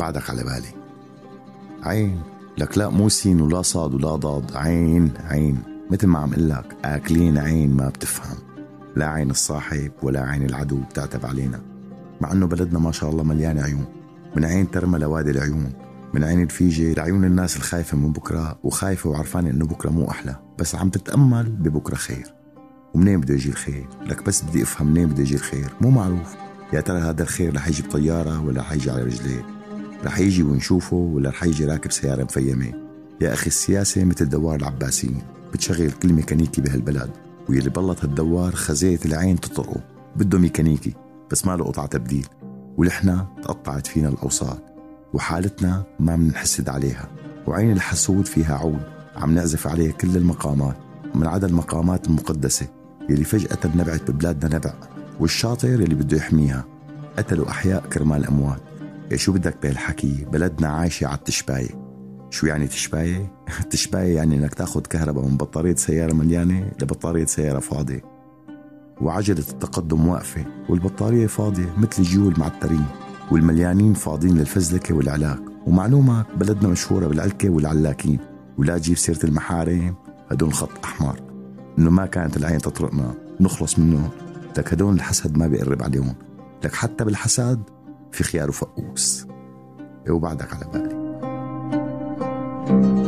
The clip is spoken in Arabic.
بعدك على بالي. عين لك، لا مو سين ولا صاد ولا ضاد، عين عين. مثل ما عم قلك آكلين عين ما بتفهم، لا عين الصاحب ولا عين العدو بتعتب علينا. مع أنه بلدنا ما شاء الله مليان عيون، من عين ترمى لوادي العيون، من عين الفيجة لعيون الناس الخايفة من بكرة وخايفة وعرفانة أنه بكرة مو أحلى، بس عم تتأمل ببكرة خير. ومنين بده يجي الخير؟ لك بس بدي أفهم منين بده يجي الخير، مو معروف. يا ترى هذا الخير رح يجي بطيارة ولا رح يجي على رجليه؟ رح يجي ونشوفه ولا رح يجي راكب سيارة مفيمة؟ يا أخي السياسة مثل دوار العباسيين، بتشغل كل ميكانيكي بهالبلد، ويلي بلط هالدوار خزية العين تطرقه، بده ميكانيكي بس ما له قطعة تبديل. ولحنا تقطعت فينا الأوساط وحالتنا ما منحسد عليها، وعين الحسود فيها عود عم نعزف عليه كل المقامات من عدا المقامات المقدسة يلي فجأة نبعت ببلادنا نبع، والشاطر يلي بده يحميها قتلوا أحياء كرمال أموات. يا شو بدك بهالحكي؟ بلدنا عايشة على التشباية. شو يعني تشباية؟ تشباية يعني انك تاخد كهرباء من بطارية سيارة مليانة لبطارية سيارة فاضية، وعجلة التقدم واقفة والبطارية فاضية مثل جيول معترين، والمليانين فاضين للفزلكة والعلاك. ومعلومة بلدنا مشهورة بالعلكة والعلاكين، ولا تجيب سيرة المحارم، هدول خط أحمر، إنه ما كانت العين تطرقنا نخلص منه. لك هدول الحسد ما بيقرب عليهم، لك حتى بالحسد في خيار وفقوس. وبعدك على بالي.